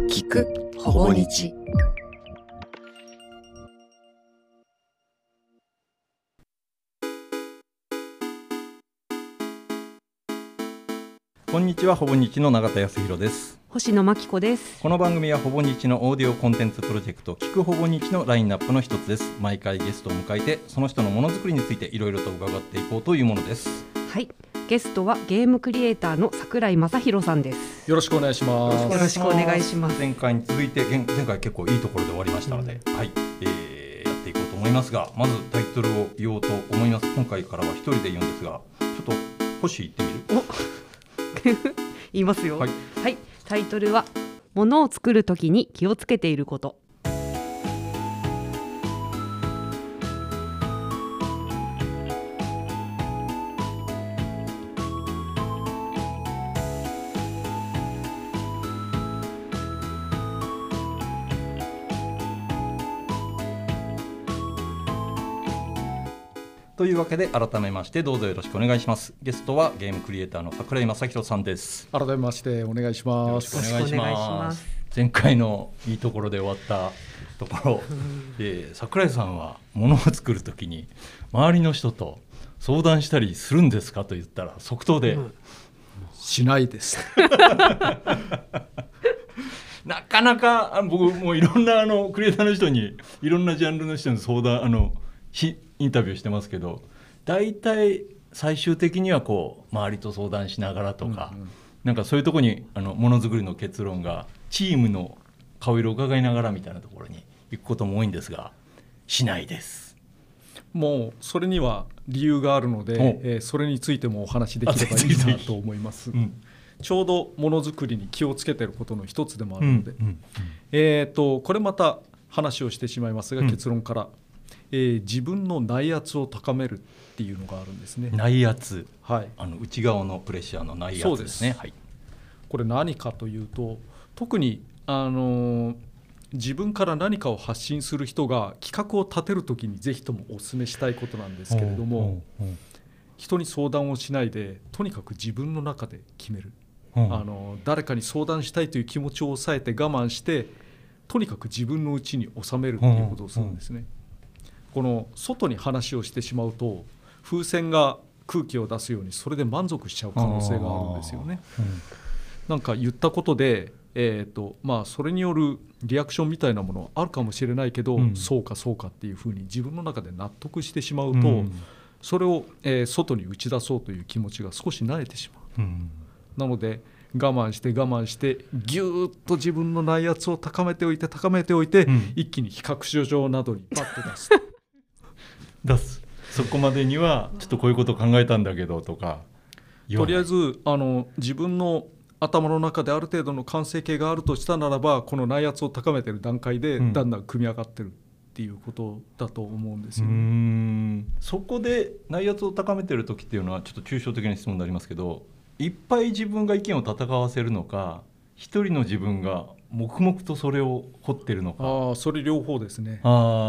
聞くほぼ日。 こんにちは、ほぼ日の永田康弘です。 星野真希子です。 この番組はほぼ日のオーディオコンテンツプロジェクト聞くほぼ日のラインナップの一つです。毎回ゲストを迎えてその人のものづくりについていろいろと伺っていこうというものです。 はい、ゲストはゲームクリエイターの櫻井正弘さんです。 よろしくお願いします。 よろしくお願いします。 前回に続いて前回結構いいところで終わりましたので、はい、やっていこうと思いますが、まずタイトルを言おうと思います。今回からは一人で言うんですが、ちょっと星言ってみる？ 言いますよ。 はい、 はい、タイトルは物を作るときに気をつけていること。 というわけで改めましてどうぞよろしくお願いします。ゲストはゲームクリエイターの櫻井正弘さんです。 改めましてお願いします。 よろしくお願いします。前回のいいところで終わったところ、櫻井さんは物を作るときに周りの人と相談したりするんですかと言ったら即答で、 しないですなかなか僕もいろんなクリエイターの人にいろんなジャンルの人に相談インタビューしてますけど、大体最終的にはこう周りと相談しながらとか、なんかそういうところにものづくりの結論がチームの顔色を伺いながらみたいなところに行くことも多いんですが、しないです。 もうそれには理由があるので、それについてもお話しできればいいなと思います。ちょうどものづくりに気をつけていることの一つでもあるので、これまた話をしてしまいますが、結論から自分の内圧を高めるっていうのがあるんですね。 内圧、 はい、 内側のプレッシャーの内圧ですね。はい、 これ何かというと、特に自分から何かを発信する人が企画を立てるときにぜひともお勧めしたいことなんですけれども、人に相談をしないでとにかく自分の中で決める、誰かに相談したいという気持ちを抑えて我慢してとにかく自分の内に収めるということをするんですね。この外に話をしてしまうと風船が空気を出すようにそれで満足しちゃう可能性があるんですよね。なんか言ったことで、それによるリアクションみたいなものはあるかもしれないけど、そうかそうかっていうふうに自分の中で納得してしまうと、それを、外に打ち出そうという気持ちが少し慣れてしまう、なので我慢してぎゅーっと自分の内圧を高めておいて、一気に比較書上などにバッと出すそこまでにはちょっとこういうことを考えたんだけどとか、 とりあえず自分の頭の中である程度の完成形があるとしたならば、この内圧を高めている段階でだんだん組み上がってるっていうことだと思うんですよ、 そこで内圧を高めている時っていうのはちょっと抽象的な質問になりますけど、いっぱい自分が意見を戦わせるのか、一人の自分が黙々とそれを掘ってるのか。 それ両方ですね。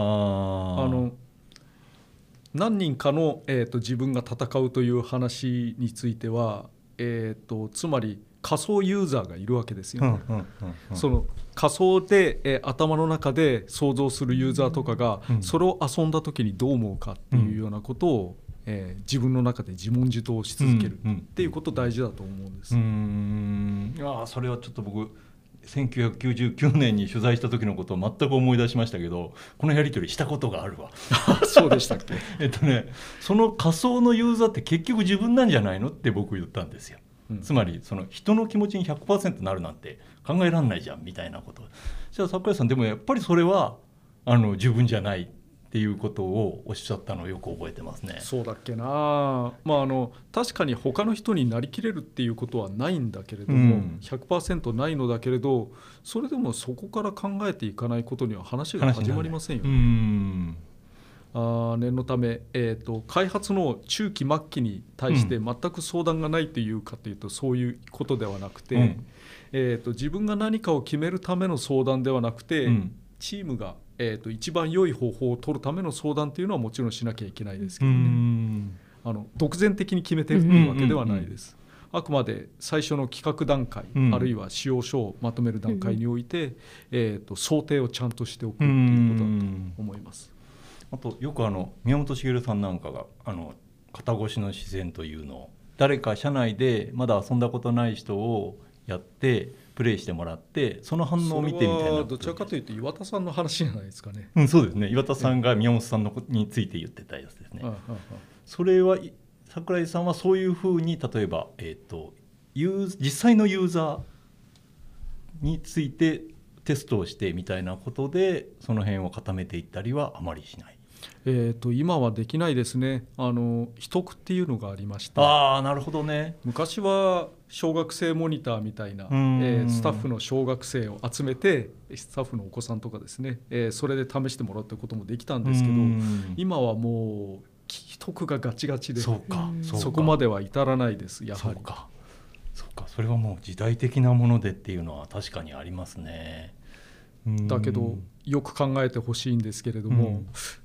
何人かの、自分が戦うという話については、つまり仮想ユーザーがいるわけですよね。その仮想で、頭の中で想像するユーザーとかが、それを遊んだ時にどう思うかっていうようなことを、自分の中で自問自答し続けるっていうこと大事だと思うんです。 それはちょっと僕1999年に取材した時のことを全く思い出しましたけど、このやり取りしたことがあるわそうでしたっけその仮想のユーザーって結局自分なんじゃないのって僕言ったんですよ、つまりその人の気持ちに 100% なるなんて考えられないじゃんみたいなこと。じゃあ櫻井さん、でもやっぱりそれは自分じゃないっていうことをおっしゃったのをよく覚えてますね。 そうだっけな、確かに他の人になりきれるっていうことはないんだけれども、100% ないのだけれど、それでもそこから考えていかないことには話が始まりませんよね。念のため、開発の中期末期に対して全く相談がないというかというと、そういうことではなくて、自分が何かを決めるための相談ではなくて、チームが一番良い方法を取るための相談というのはもちろんしなきゃいけないですけどね、独善的に決めているわけではないです。 あくまで最初の企画段階、あるいは仕様書をまとめる段階において、想定をちゃんとしておくということだと思います。 あとよく宮本茂さんなんかが肩越しの自然というのを誰か社内でまだ遊んだことない人をやってプレイしてもらってその反応を見てみたいな。 それはどちらかというと岩田さんの話じゃないですかね。 そうですね。岩田さんが宮本さんのについて言ってたやつですね。それは櫻井さんはそういうふうに例えば、実際のユーザーについてテストをしてみたいなことでその辺を固めていったりはあまりしない。 今はできないですね。秘匿っていうのがありまして、 なるほどね。 昔は小学生モニターみたいな、スタッフの小学生を集めてスタッフのお子さんとかですね、それで試してもらうということもできたんですけど、今はもう秘匿がガチガチで、そこまでは至らないです。やはりそうか、それはもう時代的なものでっていうのは確かにありますね。 だけどよく考えてほしいんですけれども、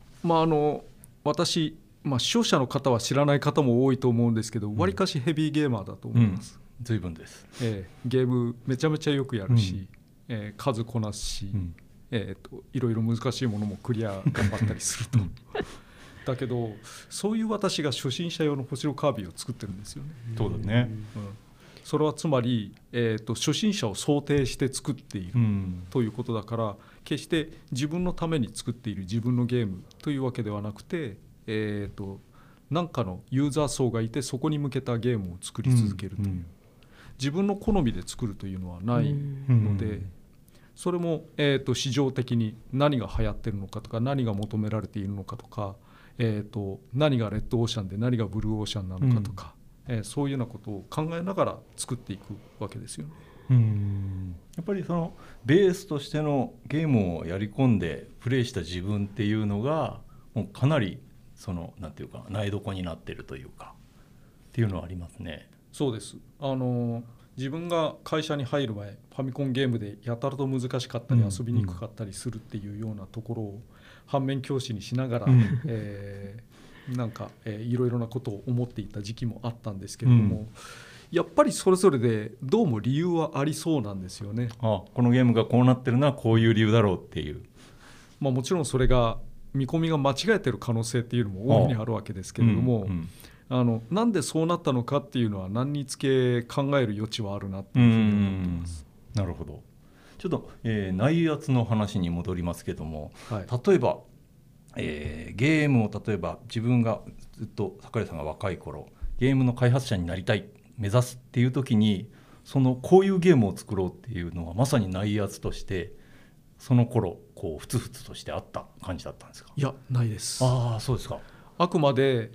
私、視聴者の方は知らない方も多いと思うんですけど、わりかしヘビーゲーマーだと思います。 随分です。 ゲームめちゃめちゃよくやるし、数こなすし、いろいろ難しいものもクリア頑張ったりするとだけどそういう私が初心者用の星のカービィを作ってるんですよね。 そうだね。 それはつまり、初心者を想定して作っているということだから、決して自分のために作っている自分のゲームというわけではなくて、何かのユーザー層がいてそこに向けたゲームを作り続けるという、自分の好みで作るというのはないので、それも、市場的に何が流行ってるのかとか何が求められているのかとか、何がレッドオーシャンで何がブルーオーシャンなのかとか、そういうようなことを考えながら作っていくわけですよね。 やっぱりそのベースとしてのゲームをやり込んでプレイした自分っていうのがもうかなりなんていうか苗床になってるというかっていうのはありますね。 そうです。自分が会社に入る前ファミコンゲームでやたらと難しかったり遊びにくかったりするっていうようなところを反面教師にしながら、なんかいろいろなことを思っていた時期もあったんですけれども、やっぱりそれぞれでどうも理由はありそうなんですよね。 このゲームがこうなってるのはこういう理由だろうっていう、 もちろんそれが見込みが間違えてる可能性っていうのも大いにあるわけですけれども、なんでそうなったのかっていうのは何につけ考える余地はあるなっていうふうに思ってます。 なるほど。ちょっと、内圧の話に戻りますけども、例えばゲームを例えば自分がずっと櫻井さんが若い頃ゲームの開発者になりたい目指すっていう時にこういうゲームを作ろうっていうのはまさに内圧としてその頃ふつふつとしてあった感じだったんですか？ いや、ないです。 そうですか。 あくまで、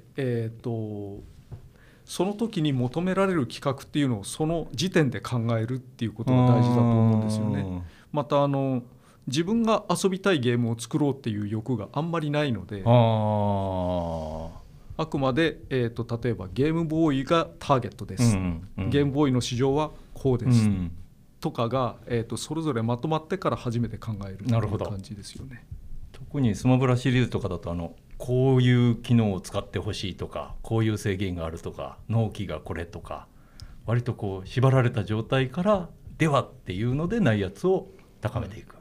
その時に求められる企画っていうのをその時点で考えるっていうことが大事だと思うんですよね。また自分が遊びたいゲームを作ろうっていう欲があんまりないので、あくまで、例えばゲームボーイがターゲットです、ゲームボーイの市場はこうです、とかが、それぞれまとまってから初めて考えるという感じですよね。 特にスマブラシリーズとかだとこういう機能を使ってほしいとかこういう制限があるとか納期がこれとか割と縛られた状態からではっていうので内圧を高めていく。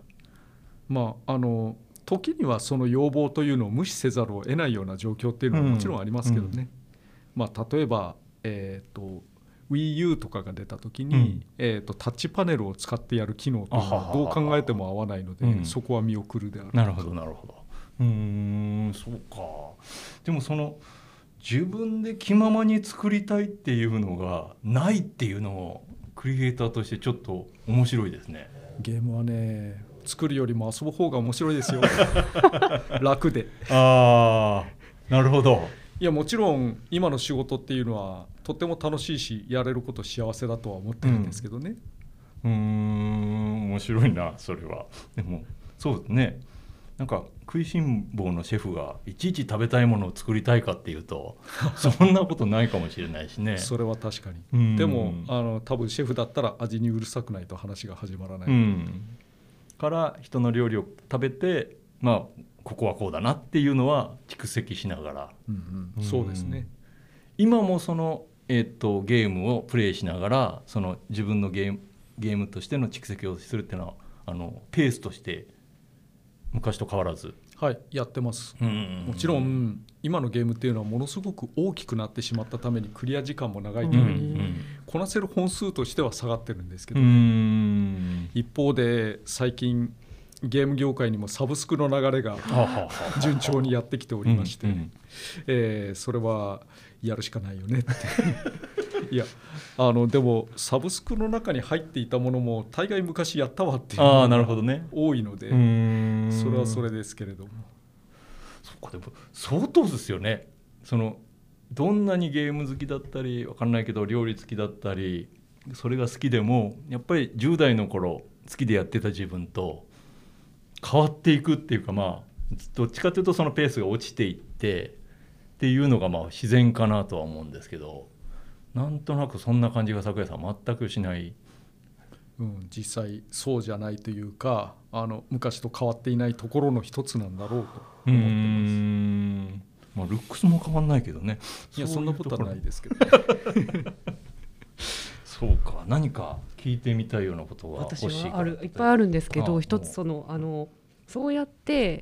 時にはその要望というのを無視せざるを得ないような状況っていうのはもちろんありますけどね、例えば、Wii U とかが出た時に、タッチパネルを使ってやる機能というのはどう考えても合わないので、そこは見送るである。 なるほどなるほど。そうか。でも自分で気ままに作りたいっていうのがないっていうのをクリエイターとしてちょっと面白いですね。 ゲームはね作るよりも遊ぶ方が面白いですよ楽で。 なるほど。 いやもちろん今の仕事っていうのはとっても楽しいしやれること幸せだとは思ってるんですけどね。 面白いなそれは。でもそうですね、なんか食いしん坊のシェフがいちいち食べたいものを作りたいかっていうとそんなことないかもしれないしねそれは確かに。でも多分シェフだったら味にうるさくないと話が始まらない、 から人の料理を食べてここはこうだなっていうのは蓄積しながら、 そうですね。 今もゲームをプレイしながらその自分のゲームとしての蓄積をするっていうのはペースとして昔と変わらず、 はい、やってます。もちろん今のゲームっていうのはものすごく大きくなってしまったためにクリア時間も長いためにこなせる本数としては下がってるんですけど、一方で最近ゲーム業界にもサブスクの流れが順調にやってきておりまして、それはやるしかないよねっていやでもサブスクの中に入っていたものも大概昔やったわっていうのが多いので、それはそれですけれども。 そうか、でも相当ですよね。どんなにゲーム好きだったり分かんないけど料理好きだったりそれが好きでもやっぱり10代の頃好きでやってた自分と変わっていくっていうか、どっちかというとそのペースが落ちていってっていうのが自然かなとは思うんですけど、なんとなくそんな感じが櫻井さん全くしない。 実際そうじゃないというか昔と変わっていないところの一つなんだろうと思ってます。ルックスも変わんないけどね。 いやそんなことはないですけどそうか、何か聞いてみたいようなことが欲しい。 私はいっぱいあるんですけど、一つそうやって、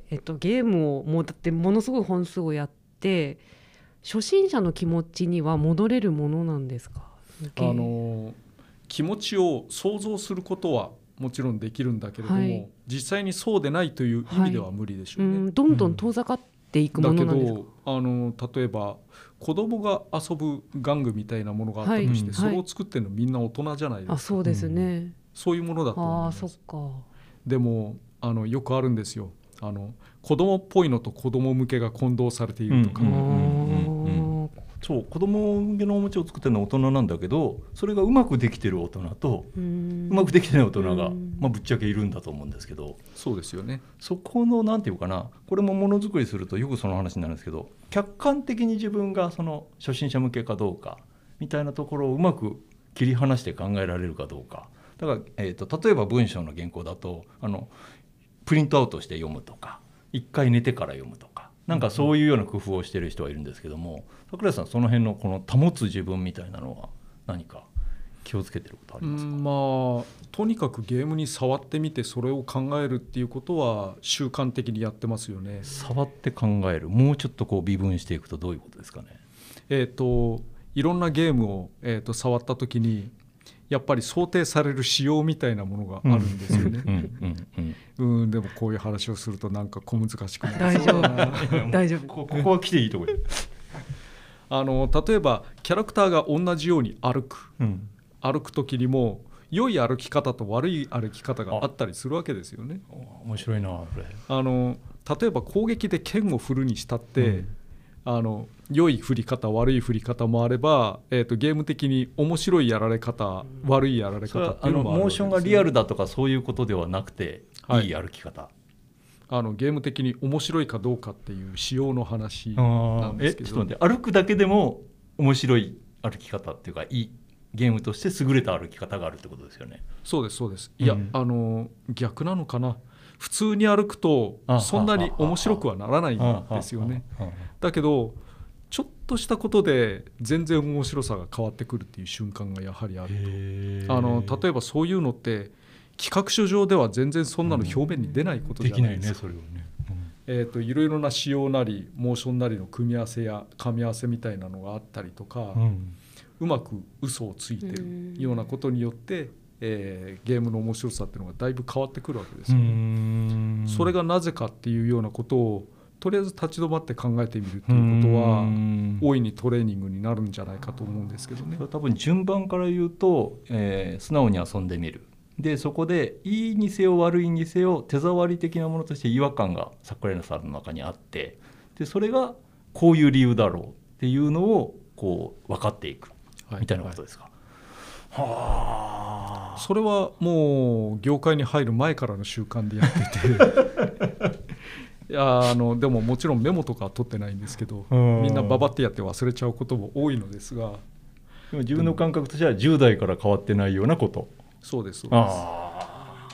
ゲームをもうだってものすごい本数をやって初心者の気持ちには戻れるものなんですか？ 気持ちを想像することはもちろんできるんだけれども、実際にそうでないという意味では無理でしょうね。 どんどん遠ざかっていくものなんですか？ だけど例えば子供が遊ぶ玩具みたいなものがあったとして、それを作ってるのみんな大人じゃないですか。 そうですね。 そういうものだと思います。 そっか。 でもよくあるんですよ。子供っぽいのと子供向けが混同されているとか、 そう子供向けのおもちゃを作ってるのは大人なんだけど、それがうまくできてる大人とうまくできてない大人がぶっちゃけいるんだと思うんですけど、 そうですよね。 そこのなんていうかな、これもものづくりするとよくその話になるんですけど、客観的に自分がその初心者向けかどうかみたいなところをうまく切り離して考えられるかどうか。だから、例えば文章の原稿だとプリントアウトして読むとか一回寝てから読むとか、なんかそういうような工夫をしている人はいるんですけども、櫻井さんその辺のこの保つ自分みたいなのは何か気をつけてることありますか？ とにかくゲームに触ってみてそれを考えるっていうことは習慣的にやってますよね。 触って考える、もうちょっと微分していくとどういうことですかね？ いろんなゲームを、触った時にやっぱり想定される仕様みたいなものがあるんですよね。でもこういう話をするとなんか小難しくなる。 大丈夫大丈夫。 ここは来ていいところで例えばキャラクターが同じように歩く時にも良い歩き方と悪い歩き方があったりするわけですよね。 面白いなこれ。 例えば攻撃で剣を振るにしたって、良い振り方悪い振り方もあれば、ゲーム的に面白いやられ方、悪いやられ方っていうのもあるわけですよね。 モーションがリアルだとかそういうことではなくて、いい歩き方、 ゲーム的に面白いかどうかっていう仕様の話なんですけど、 ちょっと待って、歩くだけでも面白い歩き方っていうか、いいゲームとして優れた歩き方があるってことですよね。 そうですそうです。いや、逆なのかな。普通に歩くとそんなに面白くはならないんですよね。だけどちょっとしたことで全然面白さが変わってくるっていう瞬間がやはりあると。例えばそういうのって企画書上では全然そんなの表面に出ないことじゃないですか。 できないね、それをね。 いろいろな仕様なりモーションなりの組み合わせや噛み合わせみたいなのがあったりとか、うまく嘘をついてるようなことによって、ゲームの面白さっていうのがだいぶ変わってくるわけですよね。それがなぜかっていうようなことをとりあえず立ち止まって考えてみるということは大いにトレーニングになるんじゃないかと思うんですけどね。 多分順番から言うと、素直に遊んでみる。でそこでいいにせよ悪いにせよ手触り的なものとして違和感が桜井さんの中にあって、でそれがこういう理由だろうっていうのを分かっていくみたいなことですか？はあ。 それはもう業界に入る前からの習慣でやってていやでももちろんメモとかは取ってないんですけど、みんなババってやって忘れちゃうことも多いのですが、 でも自分の感覚としては10代から変わってないようなこと。 そうですそうです。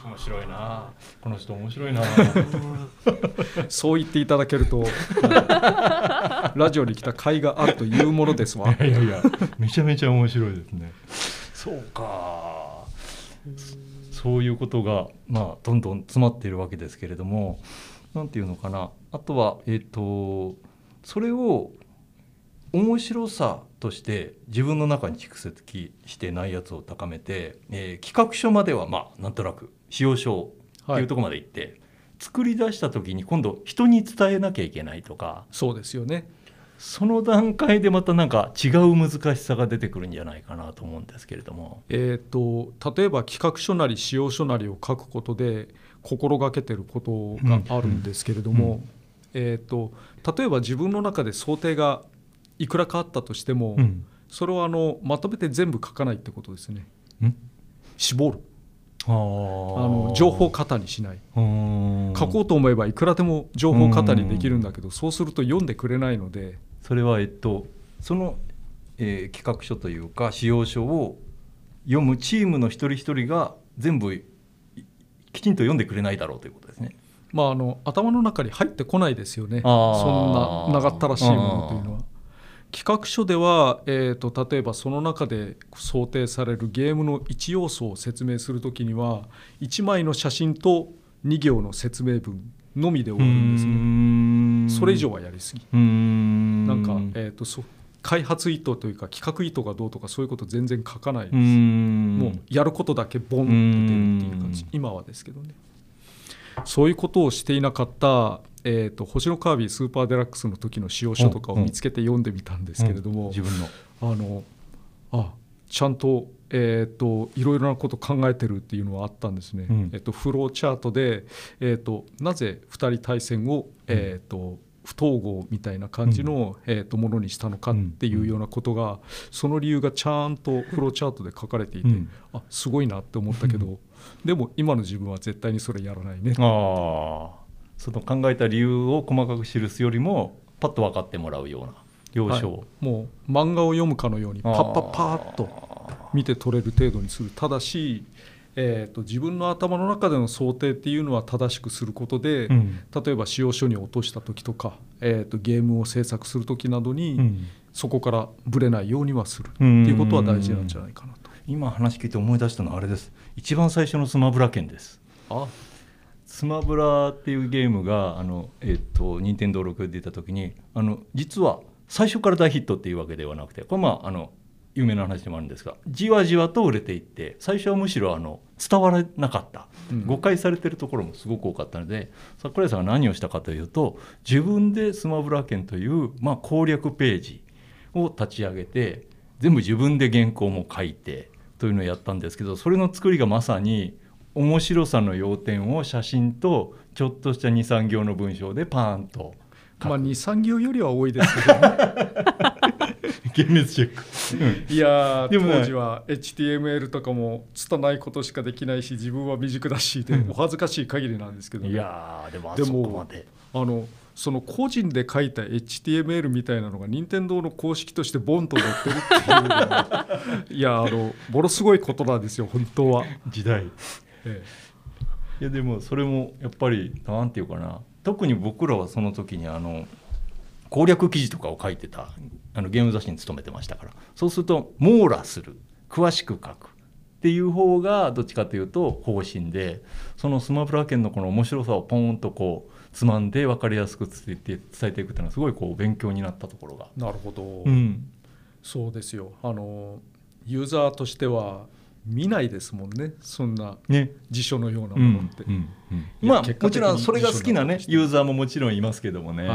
面白いな、この人面白いなそう言っていただけるとラジオに来た甲斐があるというものですわ。 いやいやめちゃめちゃ面白いですね。そうか、そういうことが、どんどん詰まっているわけですけれども、なんていうのかな、あとは、それを面白さとして自分の中に蓄積して内圧を高めて、企画書まではなんとなく使用書っていうところまで行って、作り出した時に今度人に伝えなきゃいけないとか、 そうですよね。 その段階でまたなんか違う難しさが出てくるんじゃないかなと思うんですけれども、 例えば企画書なり使用書なりを書くことで心がけてることがあるんですけれども、例えば自分の中で想定がいくらかあったとしても、それをまとめて全部書かないってことですね。絞る、情報過多にしない。書こうと思えばいくらでも情報過多にできるんだけど、そうすると読んでくれないので、 それはその、企画書というか使用書を読むチームの一人一人が全部きちんと読んでくれないだろうということですね。 頭の中に入ってこないですよね、そんな長ったらしいものというのは。企画書では、例えばその中で想定されるゲームの1要素を説明するときには1枚の写真と2行の説明文のみで終わるんですね。それ以上はやりすぎ。なんか、開発意図というか企画意図がどうとかそういうこと全然書かないです。もうやることだけボンって出るっていう感じ、今はですけどね。そういうことをしていなかった星のカービィスーパーデラックスの時の使用書とかを見つけて読んでみたんですけれども、 自分のちゃんと、いろいろなこと考えてるっていうのはあったんですね。フローチャートで、なぜ2人対戦を、不統合みたいな感じの、ものにしたのかっていうようなことが、その理由がちゃんとフローチャートで書かれていて、すごいなって思ったけど、でも今の自分は絶対にそれやらないね。 その考えた理由を細かく記すよりもパッと分かってもらうような要所を、 もう漫画を読むかのようにパッパッと見て取れる程度にする。ただし、自分の頭の中での想定っていうのは正しくすることで、例えば使用書に落とした時とか、ゲームを制作する時などに、そこからブレないようにはするっていうことは大事なんじゃないかなと。 今話聞いて思い出したのはあれです。一番最初のスマブラ剣です。スマブラっていうゲームが任天堂6で出た時に実は最初から大ヒットっていうわけではなくて、これ有名な話でもあるんですが、じわじわと売れていって、最初はむしろ伝わらなかった、誤解されてるところもすごく多かったので、櫻井さんが何をしたかというと、自分でスマブラ剣という、攻略ページを立ち上げて、全部自分で原稿も書いてというのをやったんですけど、それの作りがまさに面白さの要点を写真とちょっとした 2,3 行の文章でパーンと書く。 2,3 行よりは多いですけどね厳密チェック、 いやでもね、 当時は HTML とかも拙いことしかできないし、自分は未熟だしで、お恥ずかしい限りなんですけど、 いやでもあそこまでその個人で書いた HTML みたいなのが任天堂の公式としてボンと載ってるっていうのがいやものすごいことなんですよ本当は。 時代、いやでもそれもやっぱりなんていうかな、特に僕らはその時に攻略記事とかを書いてたゲーム雑誌に勤めてましたから、そうすると網羅する、詳しく書くっていう方がどっちかというと方針で、そのスマブラ剣のこの面白さをポーンとこうつまんで分かりやすく伝えていくっていうのはすごいこう勉強になったところが。 なるほど、そうですよ。ユーザーとしては見ないですもんね、そんな辞書のようなものって、 もちろんそれが好きなねユーザーももちろんいますけどもね、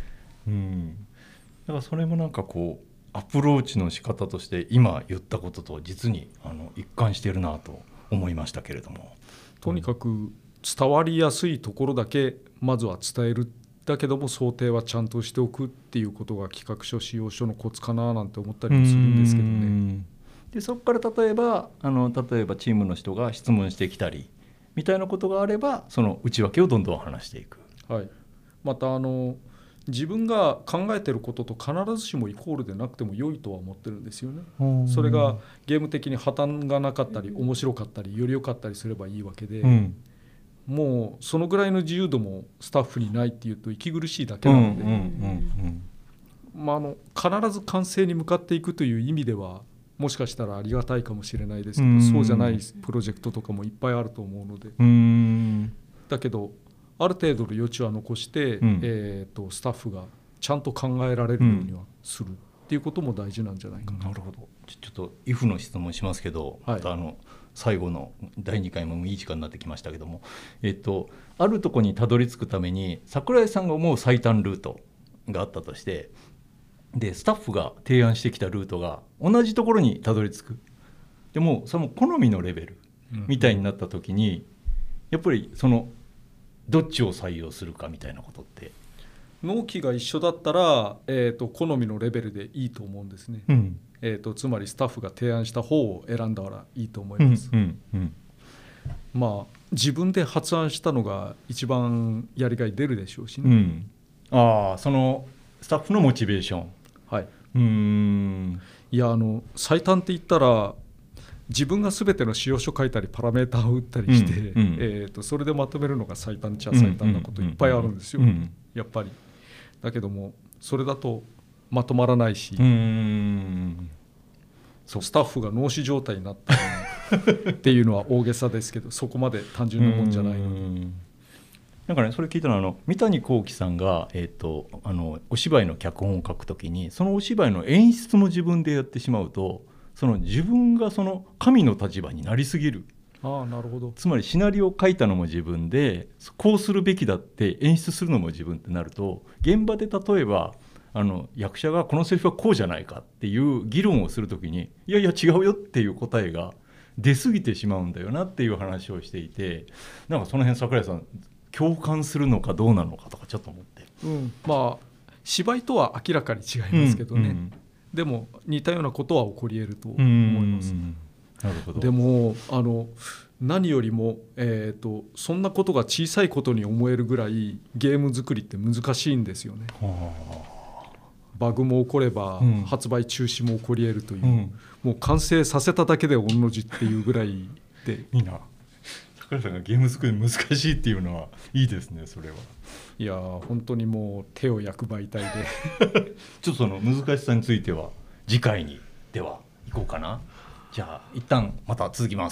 だからそれもなんかこうアプローチの仕方として今言ったことと実に一貫しているなと思いましたけれども、 とにかく伝わりやすいところだけまずは伝える、だけども想定はちゃんとしておくっていうことが企画書使用書のコツかななんて思ったりもするんですけどね。 でそこから例えばチームの人が質問してきたりみたいなことがあれば、その内訳をどんどん話していく。 また自分が考えてることと必ずしもイコールでなくても良いとは思ってるんですよね。それがゲーム的に破綻がなかったり面白かったりより良かったりすればいいわけで、もうそのぐらいの自由度もスタッフにないっていうと息苦しいだけなので、必ず完成に向かっていくという意味ではもしかしたらありがたいかもしれないですけど、そうじゃないプロジェクトとかもいっぱいあると思うので、だけどある程度の余地は残して、スタッフがちゃんと考えられるようにはするっていうことも大事なんじゃないかな。 なるほど。ちょっとイフの質問しますけど、また最後の第2回もいい時間になってきましたけども、あるとこにたどり着くために櫻井さんが思う最短ルートがあったとして、でスタッフが提案してきたルートが同じところにたどり着く、でもその好みのレベルみたいになった時に、やっぱりそのどっちを採用するかみたいなことって、 納期が一緒だったら、好みのレベルでいいと思うんですね。つまりスタッフが提案した方を選んだらいいと思います。自分で発案したのが一番やりがい出るでしょうしね。 そのスタッフのモチベーション。 いや最短って言ったら自分が全ての仕様書書いたりパラメータを打ったりして、それでまとめるのが最短っちゃ最短なこといっぱいあるんですよ、やっぱり。だけどもそれだとまとまらないし、スタッフが脳死状態になったりっていうのは大げさですけど、そこまで単純なもんじゃないので。 なんかね、それ聞いたのは三谷幸喜さんが、お芝居の脚本を書くときにそのお芝居の演出も自分でやってしまうと、その自分がその神の立場になりすぎる。 なるほど。 つまりシナリオを書いたのも自分で、こうするべきだって演出するのも自分ってなると、現場で例えば役者がこのセリフはこうじゃないかっていう議論をするときに、いやいや違うよっていう答えが出過ぎてしまうんだよなっていう話をしていて、なんかその辺櫻井さん共感するのかどうなのかとかちょっと思って、 芝居とは明らかに違いますけどね、でも似たようなことは起こり得ると思います。 なるほど。 でも何よりも、そんなことが小さいことに思えるぐらいゲーム作りって難しいんですよね。バグも起これば、発売中止も起こり得るという、もう完成させただけで御の字っていうぐらいでいいな。櫻井さんがゲーム作り難しいっていうのはいいですね。それは。 いや本当にもう手を焼く媒体でちょっとその難しさについては次回にでは行こうかな。じゃあ一旦また続きます。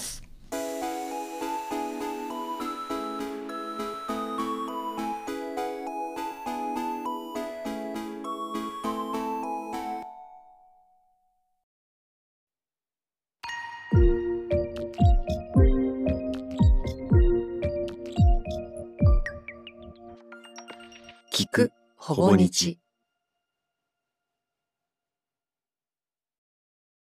聞くほぼ日。